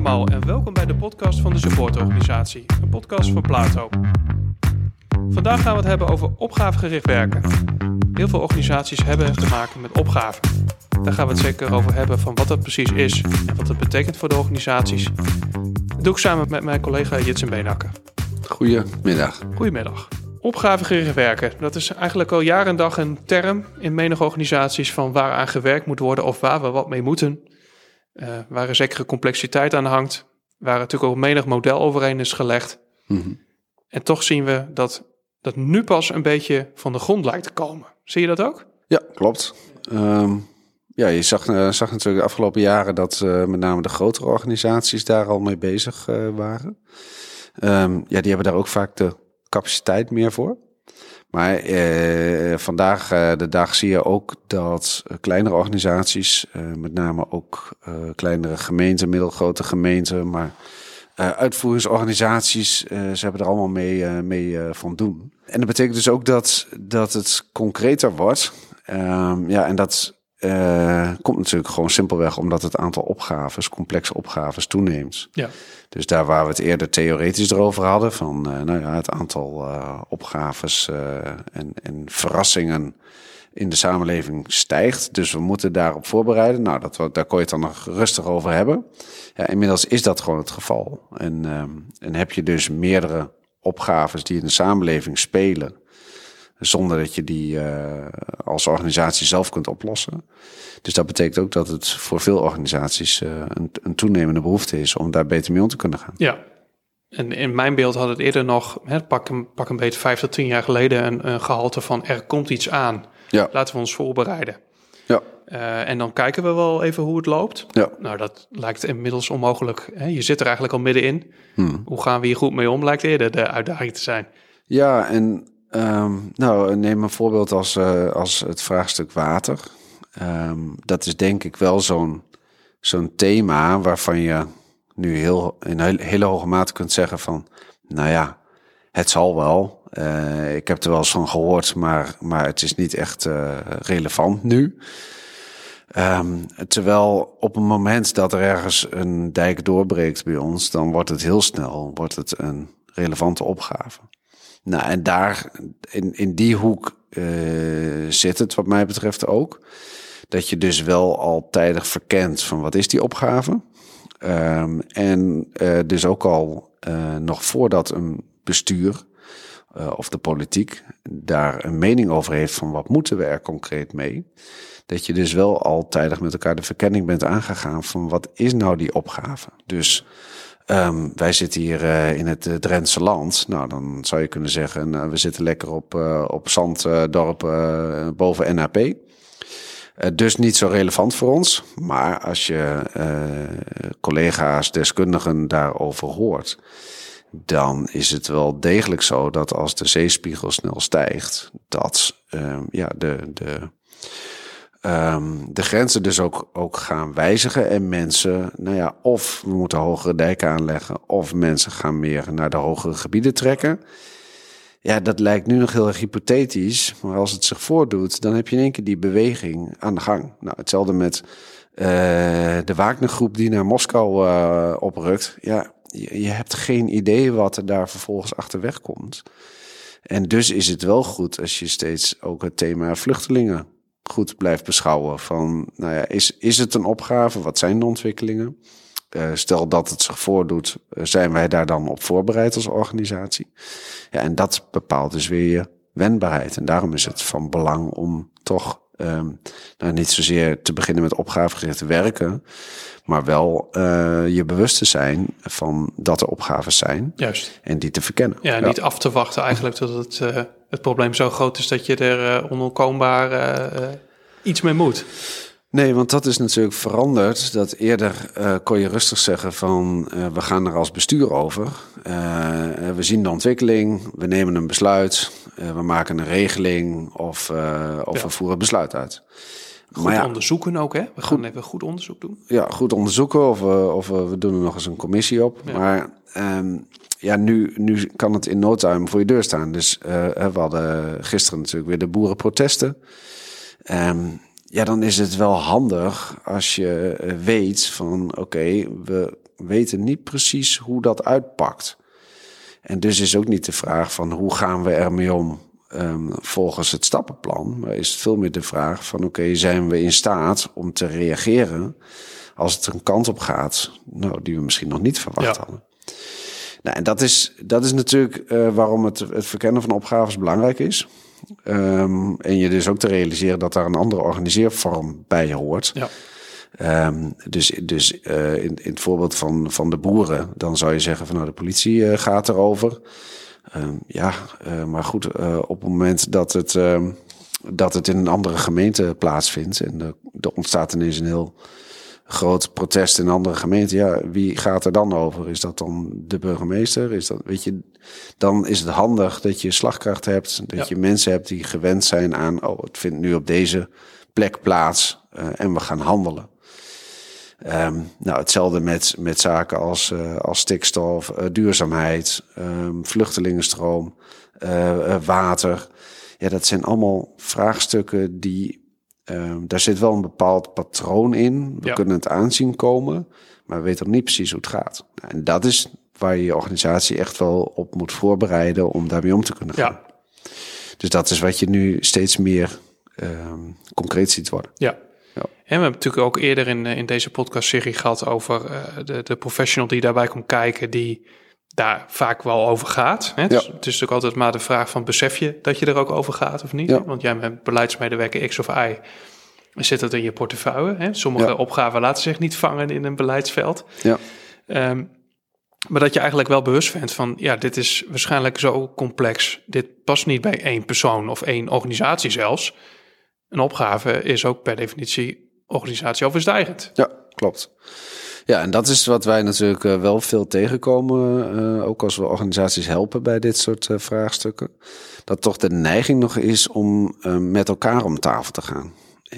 allemaal en welkom bij de podcast van de supportorganisatie, een podcast van Plato. Vandaag gaan we het hebben over opgavegericht werken. Heel veel organisaties hebben te maken met opgaven. Daar gaan we het zeker over hebben van wat dat precies is en wat dat betekent voor de organisaties. Dat doe ik samen met mijn collega Jitsen Beenakker. Goedemiddag. Goedemiddag. Opgavegericht werken, dat is eigenlijk al jaar en dag een term in menige organisaties van waaraan gewerkt moet worden of waar we wat mee moeten. Waar een zekere complexiteit aan hangt, waar natuurlijk ook menig model overheen is gelegd. Mm-hmm. En toch zien we dat dat nu pas een beetje van de grond lijkt te komen. Zie je dat ook? Ja, klopt. Je zag natuurlijk de afgelopen jaren dat met name de grotere organisaties daar al mee bezig waren. Die hebben daar ook vaak de capaciteit meer voor. Maar vandaag de dag zie je ook dat kleinere organisaties, met name ook kleinere gemeenten, middelgrote gemeenten, maar uitvoeringsorganisaties, ze hebben er allemaal mee van doen. En dat betekent dus ook dat het concreter wordt. En dat komt natuurlijk gewoon simpelweg omdat het aantal complexe opgaves toeneemt. Ja. Dus daar waar we het eerder theoretisch erover hadden, van het aantal opgaves en verrassingen in de samenleving stijgt. Dus we moeten daarop voorbereiden. Daar kon je het dan nog rustig over hebben. Ja, inmiddels is dat gewoon het geval. En heb je dus meerdere opgaves die in de samenleving spelen, zonder dat je die als organisatie zelf kunt oplossen. Dus dat betekent ook dat het voor veel organisaties een toenemende behoefte is om daar beter mee om te kunnen gaan. Ja, en in mijn beeld had het eerder nog, pak een beetje 5 tot 10 jaar geleden, een gehalte van er komt iets aan. Ja. Laten we ons voorbereiden. Ja. En dan kijken we wel even hoe het loopt. Ja. Nou, dat lijkt inmiddels onmogelijk. Hè? Je zit er eigenlijk al middenin. Hoe gaan we hier goed mee om, lijkt eerder de uitdaging te zijn. Ja, en neem een voorbeeld als het vraagstuk water. Dat is denk ik wel zo'n thema waarvan je nu in hele hoge mate kunt zeggen van, het zal wel. Ik heb er wel eens van gehoord, maar het is niet echt relevant nu. Terwijl op het moment dat er ergens een dijk doorbreekt bij ons, dan wordt het heel snel een relevante opgave. Nou, en daar, in die hoek zit het wat mij betreft ook. Dat je dus wel al tijdig verkent van wat is die opgave. Dus ook al nog voordat een bestuur of de politiek daar een mening over heeft van wat moeten we er concreet mee. Dat je dus wel al tijdig met elkaar de verkenning bent aangegaan van wat is nou die opgave. Dus wij zitten hier in het Drentse land. Nou, dan zou je kunnen zeggen, we zitten lekker op Zanddorp boven NAP. Dus niet zo relevant voor ons. Maar als je collega's, deskundigen daarover hoort, dan is het wel degelijk zo dat als de zeespiegel snel stijgt, dat de grenzen dus ook gaan wijzigen en mensen, of we moeten hogere dijken aanleggen, of mensen gaan meer naar de hogere gebieden trekken. Ja, dat lijkt nu nog heel erg hypothetisch, maar als het zich voordoet, dan heb je in één keer die beweging aan de gang. Nou, hetzelfde met de Wagner-groep die naar Moskou oprukt. Ja, je hebt geen idee wat er daar vervolgens achterweg komt. En dus is het wel goed als je steeds ook het thema vluchtelingen goed blijft beschouwen. Van, is het een opgave? Wat zijn de ontwikkelingen? Stel dat het zich voordoet, zijn wij daar dan op voorbereid als organisatie? Ja, en dat bepaalt dus weer je wendbaarheid. En daarom is het van belang om toch niet zozeer te beginnen met opgavegericht werken, maar wel je bewust te zijn van dat er opgaves zijn. Juist. En die te verkennen. Ja, niet af te wachten eigenlijk tot het probleem zo groot is dat je er onontkoombaar iets mee moet. Nee, want dat is natuurlijk veranderd. Dat eerder kon je rustig zeggen van we gaan er als bestuur over. We zien de ontwikkeling, we nemen een besluit, we maken een regeling of we voeren het besluit uit. Goed onderzoeken ook, hè? We gaan even goed onderzoek doen. Ja, goed onderzoeken of we doen er nog eens een commissie op. Ja. Maar nu kan het in no time voor je deur staan. Dus we hadden gisteren natuurlijk weer de boerenprotesten. Dan is het wel handig als je weet van oké, we weten niet precies hoe dat uitpakt. En dus is ook niet de vraag van hoe gaan we ermee om volgens het stappenplan. Maar is het veel meer de vraag van oké, zijn we in staat om te reageren als het een kant op gaat, nou, die we misschien nog niet verwacht hadden. Nou, en dat is natuurlijk waarom het verkennen van opgaves belangrijk is. En je dus ook te realiseren dat daar een andere organiseervorm bij hoort. Ja. Dus in het voorbeeld van de boeren, dan zou je zeggen van nou, de politie gaat erover. Maar goed, op het moment dat het in een andere gemeente plaatsvindt en er ontstaat ineens een heel groot protest in een andere gemeente. Ja, wie gaat er dan over? Is dat dan de burgemeester? Is dat, weet je, dan is het handig dat je slagkracht hebt, dat je mensen hebt die gewend zijn aan, het vindt nu op deze plek plaats en we gaan handelen. Hetzelfde met zaken als stikstof, duurzaamheid, vluchtelingenstroom, water. Ja, dat zijn allemaal vraagstukken die daar zit wel een bepaald patroon in. We kunnen het aanzien komen, maar we weten nog niet precies hoe het gaat. En dat is waar je organisatie echt wel op moet voorbereiden om daarmee om te kunnen gaan. Ja. Dus dat is wat je nu steeds meer concreet ziet worden. Ja. En we hebben natuurlijk ook eerder in deze podcastserie gehad over de professional die daarbij komt kijken, die daar vaak wel over gaat. Hè? Het is natuurlijk altijd maar de vraag van, besef je dat je er ook over gaat of niet? Ja. Want jij bent beleidsmedewerker X of Y, zit dat in je portefeuille. Hè? Sommige opgaven laten zich niet vangen in een beleidsveld. Ja. Maar dat je eigenlijk wel bewust bent van, dit is waarschijnlijk zo complex. Dit past niet bij één persoon of één organisatie zelfs. Een opgave is ook per definitie organisatieoverstijgend. Ja, klopt. Ja, en dat is wat wij natuurlijk wel veel tegenkomen, ook als we organisaties helpen bij dit soort vraagstukken. Dat toch de neiging nog is om met elkaar om tafel te gaan.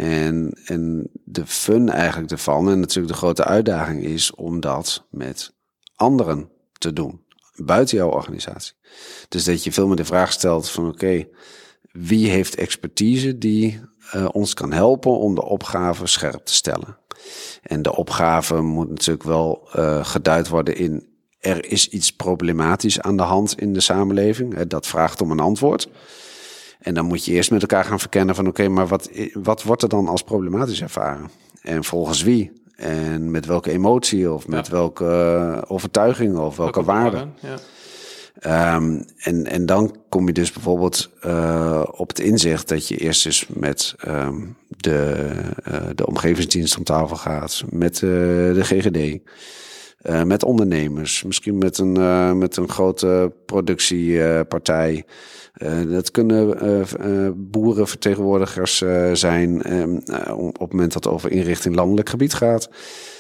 En de fun eigenlijk ervan, en natuurlijk de grote uitdaging is om dat met anderen te doen, buiten jouw organisatie. Dus dat je veel meer de vraag stelt van oké, wie heeft expertise die ons kan helpen om de opgave scherp te stellen. En de opgave moet natuurlijk wel geduid worden in, er is iets problematisch aan de hand in de samenleving. Dat vraagt om een antwoord. En dan moet je eerst met elkaar gaan verkennen van oké, maar wat wordt er dan als problematisch ervaren? En volgens wie? En met welke emotie of met welke overtuiging of welke waarde? Ja. En dan kom je dus bijvoorbeeld op het inzicht dat je eerst eens met de omgevingsdienst om tafel gaat, met de GGD, met ondernemers, misschien met een grote productiepartij. Dat kunnen boerenvertegenwoordigers zijn op het moment dat het over inrichting landelijk gebied gaat.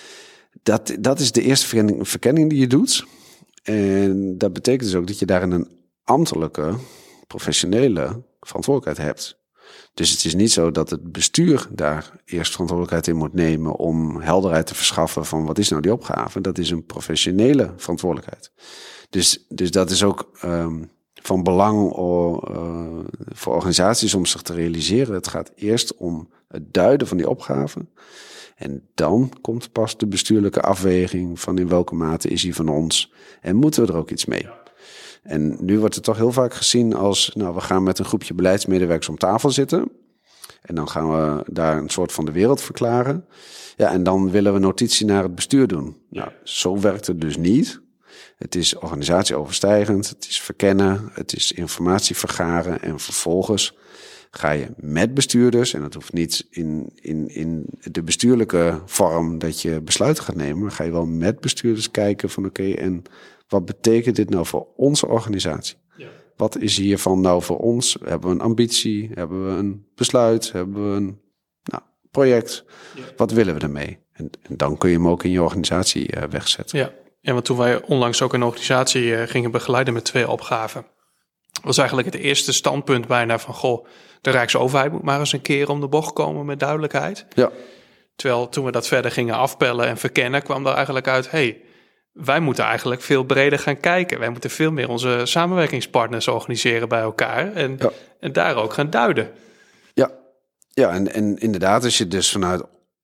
Dat is de eerste verkenning die je doet. En dat betekent dus ook dat je daarin een ambtelijke, professionele verantwoordelijkheid hebt. Dus het is niet zo dat het bestuur daar eerst verantwoordelijkheid in moet nemen om helderheid te verschaffen van wat is nou die opgave. Dat is een professionele verantwoordelijkheid. Dus dat is ook van belang voor organisaties om zich te realiseren. Het gaat eerst om het duiden van die opgave. En dan komt pas de bestuurlijke afweging van in welke mate is hij van ons en moeten we er ook iets mee. En nu wordt het toch heel vaak gezien als, we gaan met een groepje beleidsmedewerkers om tafel zitten. En dan gaan we daar een soort van de wereld verklaren. Ja, en dan willen we notitie naar het bestuur doen. Nou, zo werkt het dus niet. Het is organisatieoverstijgend, het is verkennen, het is informatie vergaren en vervolgens ga je met bestuurders, en dat hoeft niet in de bestuurlijke vorm dat je besluiten gaat nemen, maar ga je wel met bestuurders kijken van oké, en wat betekent dit nou voor onze organisatie? Ja. Wat is hiervan nou voor ons? Hebben we een ambitie? Hebben we een besluit? Hebben we een project? Ja. Wat willen we ermee? En dan kun je hem ook in je organisatie wegzetten. Ja, want toen wij onlangs ook een organisatie gingen begeleiden met 2 opgaven, was eigenlijk het eerste standpunt bijna van, de Rijksoverheid moet maar eens een keer om de bocht komen met duidelijkheid. Ja. Terwijl toen we dat verder gingen afpellen en verkennen, kwam er eigenlijk uit, wij moeten eigenlijk veel breder gaan kijken. Wij moeten veel meer onze samenwerkingspartners organiseren bij elkaar en daar ook gaan duiden. Ja, en inderdaad, als je dus vanuit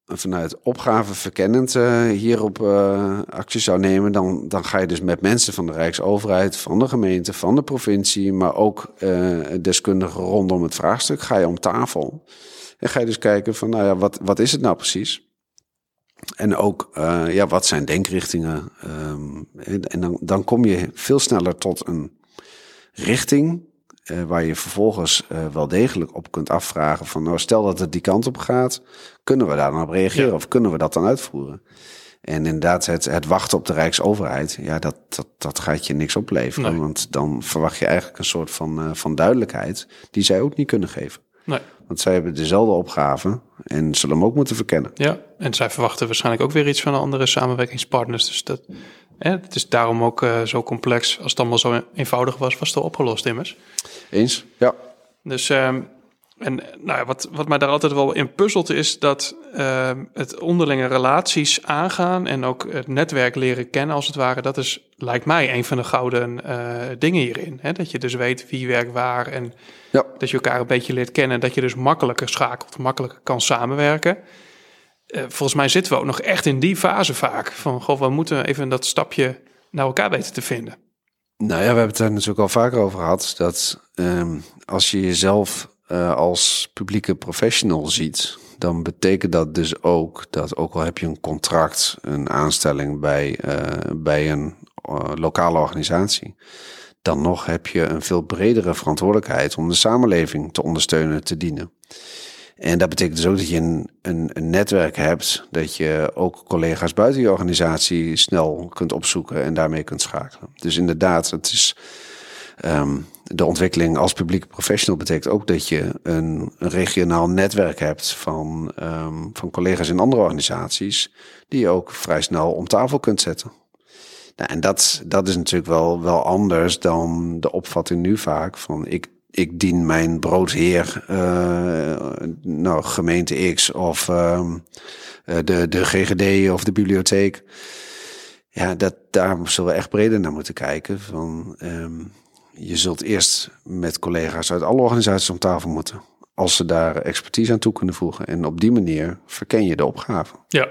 vanuit opgave verkennend hierop actie zou nemen, dan ga je dus met mensen van de Rijksoverheid, van de gemeente, van de provincie, maar ook deskundigen rondom het vraagstuk, ga je om tafel. En ga je dus kijken van, nou ja, wat is het nou precies? En ook, wat zijn denkrichtingen? En dan kom je veel sneller tot een richting waar je vervolgens wel degelijk op kunt afvragen van, nou, stel dat het die kant op gaat, kunnen we daar dan op reageren of kunnen we dat dan uitvoeren? En inderdaad, het wachten op de Rijksoverheid, ja, dat gaat je niks opleveren. Nee. Want dan verwacht je eigenlijk een soort van duidelijkheid die zij ook niet kunnen geven. Nee. Want zij hebben dezelfde opgave en zullen hem ook moeten verkennen. Ja, en zij verwachten waarschijnlijk ook weer iets van de andere samenwerkingspartners. Dus het is daarom ook zo complex. Als het allemaal zo eenvoudig was het al opgelost immers. Eens, ja. Dus wat mij daar altijd wel in puzzelt is dat het onderlinge relaties aangaan en ook het netwerk leren kennen als het ware, dat is, lijkt mij, een van de gouden dingen hierin. Hè? Dat je dus weet wie werkt waar en dat je elkaar een beetje leert kennen, dat je dus makkelijker schakelt, makkelijker kan samenwerken. Volgens mij zitten we ook nog echt in die fase vaak van, we moeten even dat stapje naar elkaar weten te vinden. Nou ja, we hebben het er natuurlijk al vaker over gehad, dat als je jezelf als publieke professional ziet, dan betekent dat dus ook dat, ook al heb je een contract, een aanstelling bij een lokale organisatie, dan nog heb je een veel bredere verantwoordelijkheid om de samenleving te ondersteunen, te dienen. En dat betekent dus ook dat je een netwerk hebt, dat je ook collega's buiten je organisatie snel kunt opzoeken en daarmee kunt schakelen. Dus inderdaad, het is de ontwikkeling als publieke professional betekent ook dat je een regionaal netwerk hebt van collega's in andere organisaties die je ook vrij snel om tafel kunt zetten. Nou, en dat is natuurlijk wel anders dan de opvatting nu vaak van ik dien mijn broodheer, gemeente X of de GGD of de bibliotheek. Ja, daar zullen we echt breder naar moeten kijken. Je zult eerst met collega's uit alle organisaties om tafel moeten, als ze daar expertise aan toe kunnen voegen. En op die manier verken je de opgave. Ja.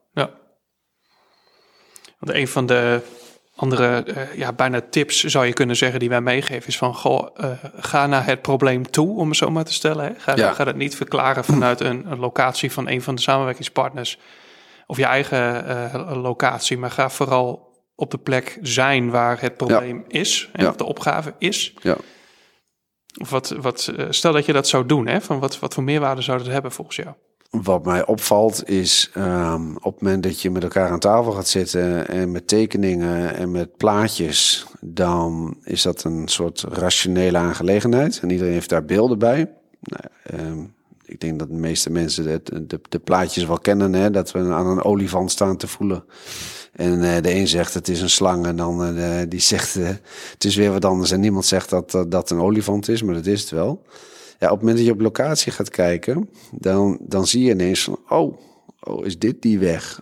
Want een van de andere bijna tips zou je kunnen zeggen die wij meegeven is van, ga naar het probleem toe, om het zo maar te stellen. Hè? Ga dat niet verklaren vanuit een locatie van een van de samenwerkingspartners of je eigen locatie, maar ga vooral op de plek zijn waar het probleem is en de opgave is. Ja. Of stel dat je dat zou doen, hè? Van wat voor meerwaarde zou dat hebben volgens jou? Wat mij opvalt is op het moment dat je met elkaar aan tafel gaat zitten en met tekeningen en met plaatjes, dan is dat een soort rationele aangelegenheid en iedereen heeft daar beelden bij. Ik denk dat de meeste mensen de plaatjes wel kennen, hè? Dat we aan een olifant staan te voelen. En de een zegt het is een slang en dan die zegt het is weer wat anders. En niemand zegt dat een olifant is, maar dat is het wel. Ja, op het moment dat je op locatie gaat kijken, dan zie je ineens van, oh, is dit die weg?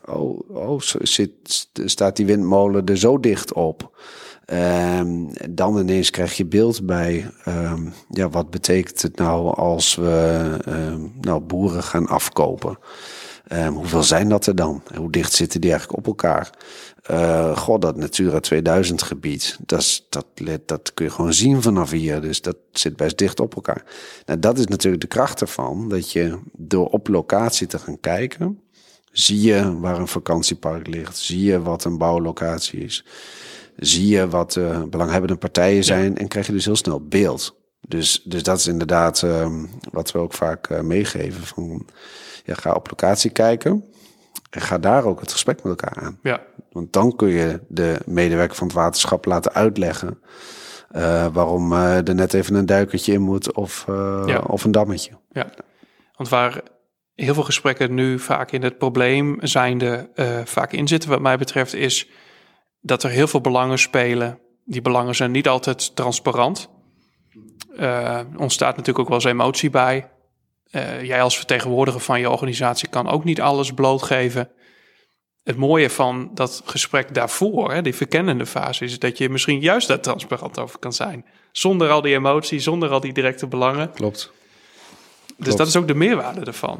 Staat die windmolen er zo dicht op? Dan ineens krijg je beeld bij, wat betekent het nou als we boeren gaan afkopen? Hoeveel zijn dat er dan? Hoe dicht zitten die eigenlijk op elkaar? Dat Natura 2000 gebied, dat kun je gewoon zien vanaf hier. Dus dat zit best dicht op elkaar. Nou, dat is natuurlijk de kracht ervan, dat je door op locatie te gaan kijken, zie je waar een vakantiepark ligt, zie je wat een bouwlocatie is, zie je wat belanghebbende partijen zijn en krijg je dus heel snel beeld. Dus dat is inderdaad wat we ook vaak meegeven van, ga op locatie kijken en ga daar ook het gesprek met elkaar aan. Ja. Want dan kun je de medewerker van het waterschap laten uitleggen waarom er net even een duikertje in moet of een dammetje. Ja, want waar heel veel gesprekken nu vaak in het probleem zijnde vaak in zitten wat mij betreft is dat er heel veel belangen spelen. Die belangen zijn niet altijd transparant. Ontstaat natuurlijk ook wel eens emotie bij. Jij als vertegenwoordiger van je organisatie kan ook niet alles blootgeven. Het mooie van dat gesprek daarvoor, die verkennende fase, is dat je misschien juist daar transparant over kan zijn. Zonder al die emotie, zonder al die directe belangen. Klopt. Dus dat is ook de meerwaarde ervan.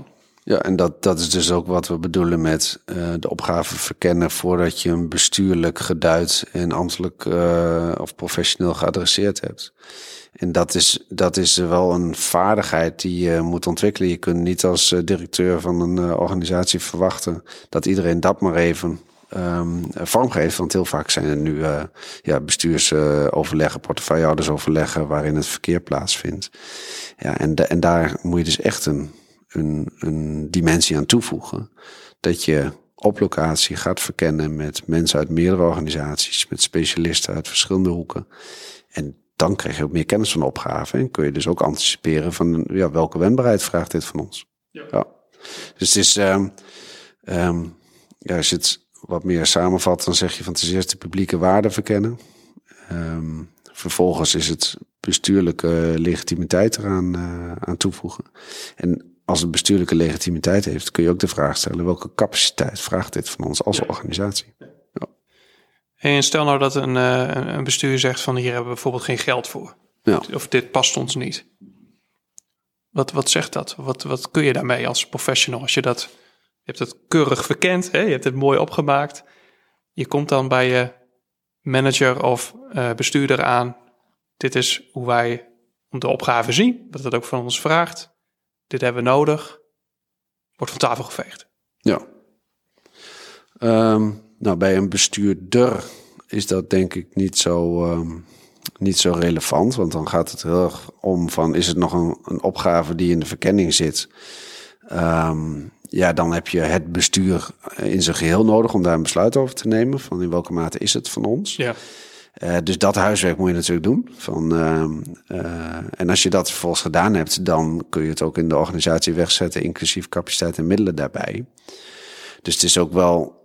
Ja, en dat is dus ook wat we bedoelen met de opgave verkennen voordat je hem bestuurlijk geduid en ambtelijk of professioneel geadresseerd hebt. En dat is wel een vaardigheid die je moet ontwikkelen. Je kunt niet als directeur van een organisatie verwachten dat iedereen dat maar even vormgeeft. Want heel vaak zijn er nu bestuursoverleggen, portefeuillehoudersoverleggen waarin het verkeer plaatsvindt. Ja, en daar moet je dus echt een dimensie aan toevoegen. Dat je op locatie gaat verkennen met mensen uit meerdere organisaties, met specialisten uit verschillende hoeken. En dan krijg je ook meer kennis van de opgave en kun je dus ook anticiperen van welke wendbaarheid vraagt dit van ons. Ja. Dus het is, als je het wat meer samenvat, dan zeg je van het is eerst de publieke waarde verkennen. Vervolgens is het bestuurlijke legitimiteit eraan aan toevoegen. En als het bestuurlijke legitimiteit heeft, kun je ook de vraag stellen, welke capaciteit vraagt dit van ons als organisatie? Ja. En stel nou dat een bestuur zegt van hier hebben we bijvoorbeeld geen geld voor. Ja. Of dit past ons niet. Wat zegt dat? Wat kun je daarmee als professional? Als je hebt het keurig verkend, hè? Je hebt het mooi opgemaakt. Je komt dan bij je manager of bestuurder aan. Dit is hoe wij de opgave zien. Wat dat ook van ons vraagt. Dit hebben we nodig. Wordt van tafel geveegd. Ja. Bij een bestuurder is dat denk ik niet zo relevant. Want dan gaat het heel erg om van, is het nog een opgave die in de verkenning zit? Dan heb je het bestuur in zijn geheel nodig om daar een besluit over te nemen. Van in welke mate is het van ons? Ja. Dus dat huiswerk moet je natuurlijk doen. En als je dat vervolgens gedaan hebt, dan kun je het ook in de organisatie wegzetten, inclusief capaciteit en middelen daarbij. Dus het is ook wel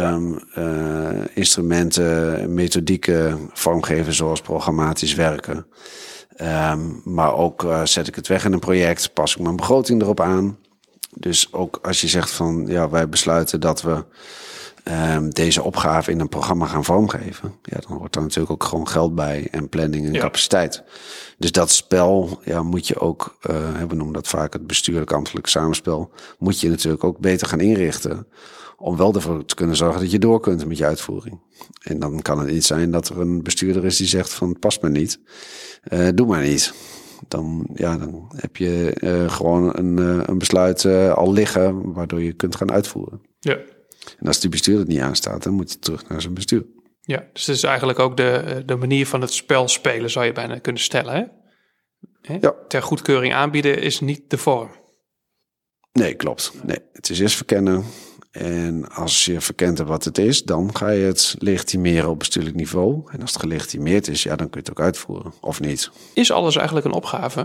instrumenten, methodieken vormgeven zoals programmatisch werken. Maar ook zet ik het weg in een project, pas ik mijn begroting erop aan. Dus ook als je zegt van wij besluiten dat we deze opgave in een programma gaan vormgeven. Ja, dan hoort er natuurlijk ook gewoon geld bij en planning en capaciteit. Dus dat spel moet je ook, we noemen dat vaak het bestuurlijk-ambtelijk samenspel, moet je natuurlijk ook beter gaan inrichten om wel ervoor te kunnen zorgen dat je door kunt met je uitvoering. En dan kan het niet zijn dat er een bestuurder is die zegt van het past me niet, doe maar niet. Dan heb je gewoon een besluit al liggen waardoor je kunt gaan uitvoeren. Ja. En als die bestuurder het niet aanstaat, dan moet je terug naar zijn bestuur. Ja, dus het is eigenlijk ook de manier van het spel spelen, zou je bijna kunnen stellen. Hè? Ja. Ter goedkeuring aanbieden is niet de vorm. Nee, klopt. Nee, het is eerst verkennen. En als je verkent wat het is, dan ga je het legitimeren op bestuurlijk niveau. En als het gelegitimeerd is, dan kun je het ook uitvoeren. Of niet. Is alles eigenlijk een opgave?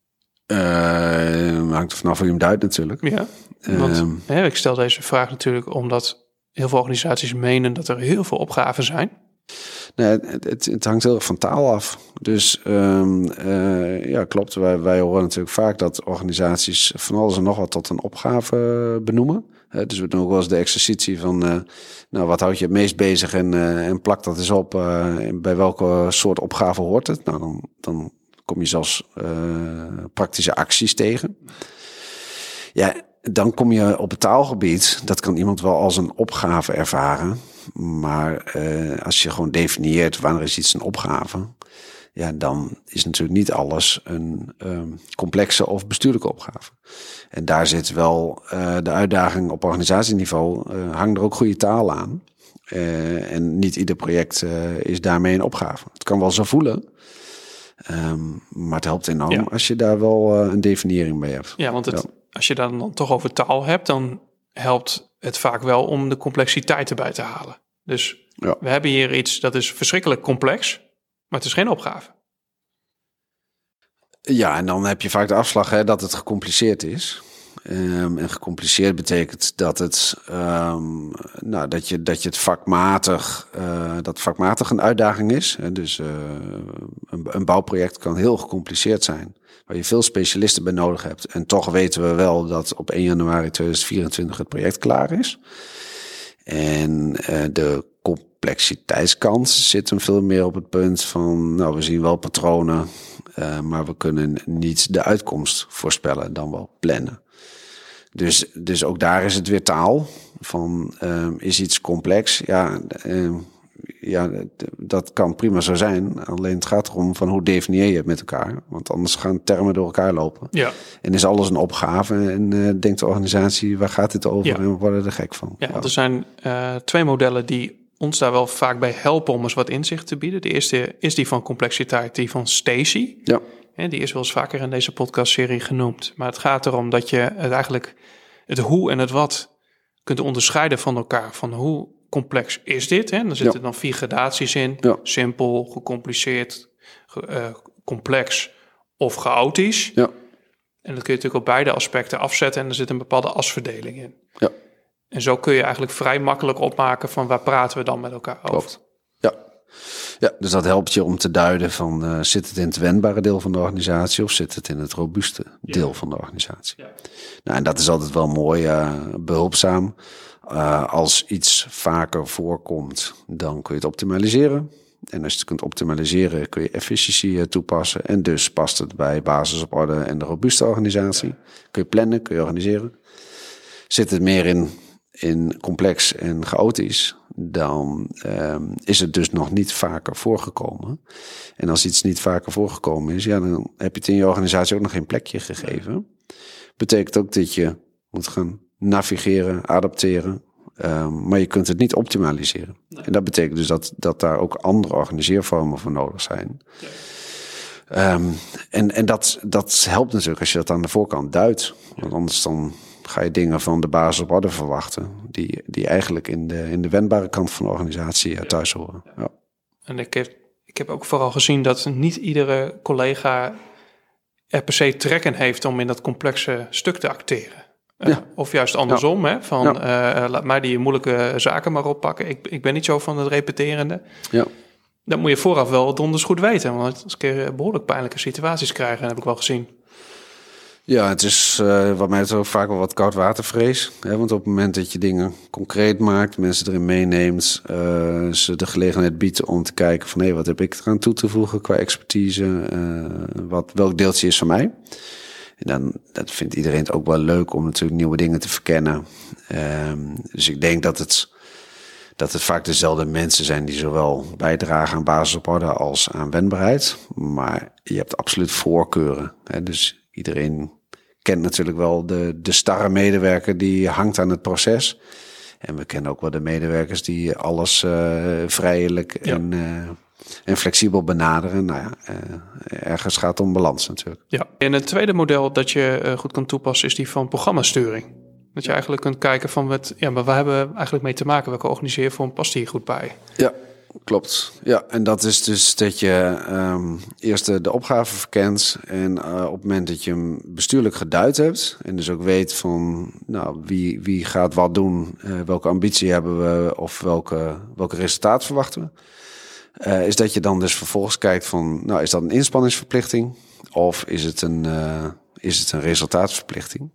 Hangt er vanaf hoe je hem duidt natuurlijk. Ja, want ik stel deze vraag natuurlijk omdat heel veel organisaties menen dat er heel veel opgaven zijn. Nee, het hangt heel erg van taal af. Dus klopt. Wij horen natuurlijk vaak dat organisaties van alles en nog wat tot een opgave benoemen. Dus we doen ook wel eens de exercitie van wat houd je het meest bezig en plak dat eens op. Bij welke soort opgave hoort het? Nou, dan kom je zelfs praktische acties tegen. Ja, dan kom je op het taalgebied. Dat kan iemand wel als een opgave ervaren. Maar als je gewoon definieert wanneer is iets een opgave, dan is natuurlijk niet alles een complexe of bestuurlijke opgave. En daar zit wel de uitdaging op organisatieniveau, hangt er ook goede taal aan. En niet ieder project is daarmee een opgave. Het kan wel zo voelen. Maar het helpt enorm als je daar wel een definiëring bij hebt. Ja, want als je dan toch over taal hebt, dan helpt het vaak wel om de complexiteit erbij te halen. Dus we hebben hier iets dat is verschrikkelijk complex, maar het is geen opgave. Ja, en dan heb je vaak de afslag dat het gecompliceerd is. En gecompliceerd betekent dat het dat je het vakmatig een uitdaging is. Dus een bouwproject kan heel gecompliceerd zijn, waar je veel specialisten bij nodig hebt. En toch weten we wel dat op 1 januari 2024 het project klaar is. En de complexiteitskant zit hem veel meer op het punt van, we zien wel patronen, maar we kunnen niet de uitkomst voorspellen, dan wel plannen. Dus ook daar is het weer taal. Van is iets complex? Ja, dat kan prima zo zijn. Alleen het gaat erom van hoe definieer je het met elkaar. Want anders gaan termen door elkaar lopen. Ja. En is alles een opgave. En denkt de organisatie, waar gaat dit over? Ja. En we worden er gek van. Ja, er zijn 2 modellen die ons daar wel vaak bij helpen om eens wat inzicht te bieden. De eerste is die van complexiteit, die van Stacey. Ja. En die is wel eens vaker in deze podcastserie genoemd. Maar het gaat erom dat je het hoe en het wat kunt onderscheiden van elkaar. Van hoe complex is dit? Hè? Dan zitten dan 4 gradaties in. Ja. Simpel, gecompliceerd, complex of chaotisch. Ja. En dat kun je natuurlijk op beide aspecten afzetten. En er zit een bepaalde asverdeling in. Ja. En zo kun je eigenlijk vrij makkelijk opmaken van waar praten we dan met elkaar over. Klopt. Ja, dus dat helpt je om te duiden van zit het in het wendbare deel van de organisatie of zit het in het robuuste deel van de organisatie. Ja. Nou, en dat is altijd wel mooi, behulpzaam. Als iets vaker voorkomt, dan kun je het optimaliseren. En als je het kunt optimaliseren, kun je efficiëntie toepassen. En dus past het bij basis op orde en de robuuste organisatie. Kun je plannen, kun je organiseren. Zit het meer in complex en chaotisch, dan is het dus nog niet vaker voorgekomen. En als iets niet vaker voorgekomen is, ja, dan heb je het in je organisatie ook nog geen plekje gegeven. Betekent ook dat je moet gaan navigeren, adapteren, maar je kunt het niet optimaliseren. Nee. En dat betekent dus dat daar ook andere organiseervormen voor nodig zijn. Ja. En dat helpt natuurlijk als je dat aan de voorkant duidt. Want anders dan ga je dingen van de basis op orde verwachten, die eigenlijk in de wendbare kant van de organisatie thuis horen. Ja. En ik heb ook vooral gezien dat niet iedere collega er per se trek in heeft om in dat complexe stuk te acteren. Of juist andersom, hè, van laat mij die moeilijke zaken maar oppakken. Ik ben niet zo van het repeterende. Ja. Dat moet je vooraf wel donders goed weten, want als ik behoorlijk pijnlijke situaties krijg, heb ik wel gezien. Ja, het is wat mij betreft ook vaak wel wat koudwatervrees. Hè? Want op het moment dat je dingen concreet maakt, mensen erin meeneemt, ze de gelegenheid biedt om te kijken van wat heb ik eraan toe te voegen qua expertise, welk deeltje is van mij. En dan dat vindt iedereen het ook wel leuk om natuurlijk nieuwe dingen te verkennen. Dus ik denk dat het vaak dezelfde mensen zijn die zowel bijdragen aan basis op orde als aan wendbaarheid. Maar je hebt absoluut voorkeuren. Hè? Dus iedereen kent natuurlijk wel de starre medewerker die hangt aan het proces. En we kennen ook wel de medewerkers die alles vrijelijk en flexibel benaderen. Nou ja, ergens gaat het om balans natuurlijk. Ja. En het tweede model dat je goed kan toepassen is die van programmasturing. Dat je eigenlijk kunt kijken van maar waar hebben we eigenlijk mee te maken? Welke organiseervorm past hier goed bij? Ja, klopt. Ja, en dat is dus dat je eerst de opgave verkent. En op het moment dat je hem bestuurlijk geduid hebt. En dus ook weet van wie gaat wat doen. Welke ambitie hebben we of welke resultaat verwachten we. Is dat je dan dus vervolgens kijkt van is dat een inspanningsverplichting? Of is het een resultaatverplichting?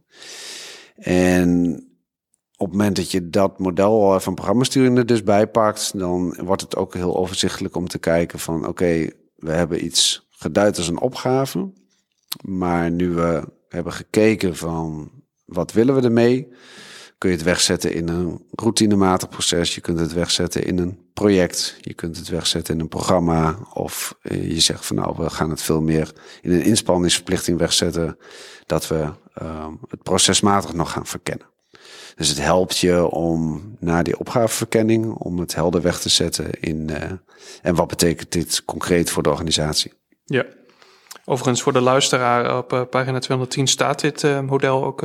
En op het moment dat je dat model van programmasturing er dus bij pakt, dan wordt het ook heel overzichtelijk om te kijken van oké, we hebben iets geduid als een opgave. Maar nu we hebben gekeken van wat willen we ermee, kun je het wegzetten in een routinematig proces. Je kunt het wegzetten in een project. Je kunt het wegzetten in een programma. Of je zegt van we gaan het veel meer in een inspanningsverplichting wegzetten. Dat we het procesmatig nog gaan verkennen. Dus het helpt je om na die opgaveverkenning, om het helder weg te zetten in en wat betekent dit concreet voor de organisatie. Ja, overigens voor de luisteraar op pagina 210 staat dit model ook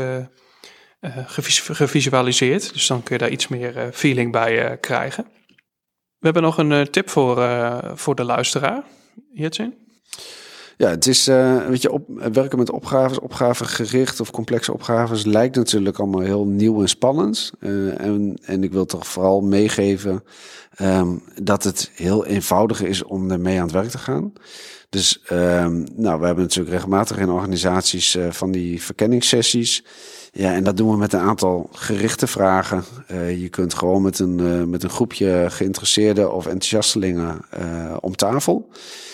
gevisualiseerd. Dus dan kun je daar iets meer feeling bij krijgen. We hebben nog een tip voor de luisteraar. Jitsin? Ja, het is, werken met opgavegericht of complexe opgaves lijkt natuurlijk allemaal heel nieuw en spannend. En ik wil toch vooral meegeven dat het heel eenvoudig is om ermee aan het werk te gaan. Dus we hebben natuurlijk regelmatig in organisaties van die verkenningssessies. Ja, en dat doen we met een aantal gerichte vragen. Je kunt gewoon met een groepje geïnteresseerde of enthousiastelingen om tafel.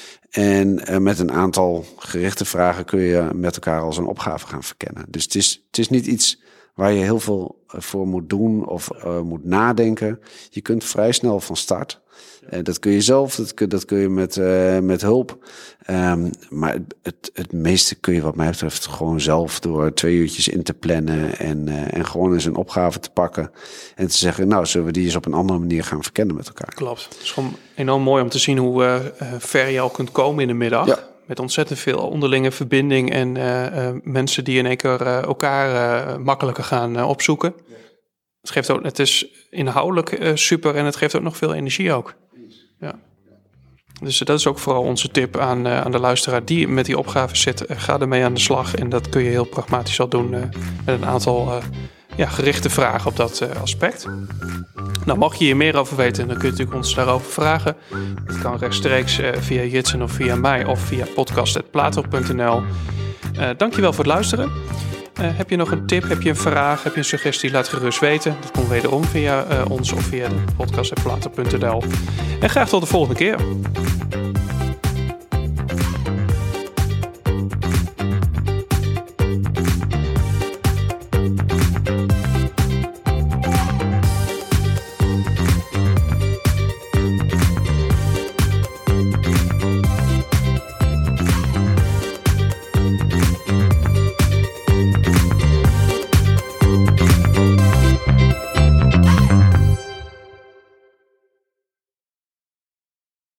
En met een aantal gerichte vragen kun je met elkaar al zo'n opgave gaan verkennen. Dus het is niet iets waar je heel veel voor moet doen of moet nadenken. Je kunt vrij snel van start. Dat kun je zelf, dat kun je met hulp. Maar het meeste kun je wat mij betreft gewoon zelf door 2 uurtjes in te plannen en gewoon eens een opgave te pakken. En te zeggen, nou, zullen we die eens op een andere manier gaan verkennen met elkaar. Klopt. Het is gewoon enorm mooi om te zien hoe ver je al kunt komen in de middag. Ja. Met ontzettend veel onderlinge verbinding en mensen die in één keer elkaar makkelijker gaan opzoeken. Het is inhoudelijk super en het geeft ook nog veel energie ook. Ja. Dus dat is ook vooral onze tip aan de luisteraar die met die opgave zit. Ga ermee aan de slag en dat kun je heel pragmatisch al doen met een aantal gerichte vragen op dat aspect. Nou, mocht je hier meer over weten, dan kun je natuurlijk ons daarover vragen. Dat kan rechtstreeks via Jitsen of via mij of via podcast@plato.nl. Dankjewel voor het luisteren. Heb je nog een tip, heb je een vraag, heb je een suggestie, laat gerust weten. Dat komt wederom via ons of via de podcast@plato.nl. En graag tot de volgende keer.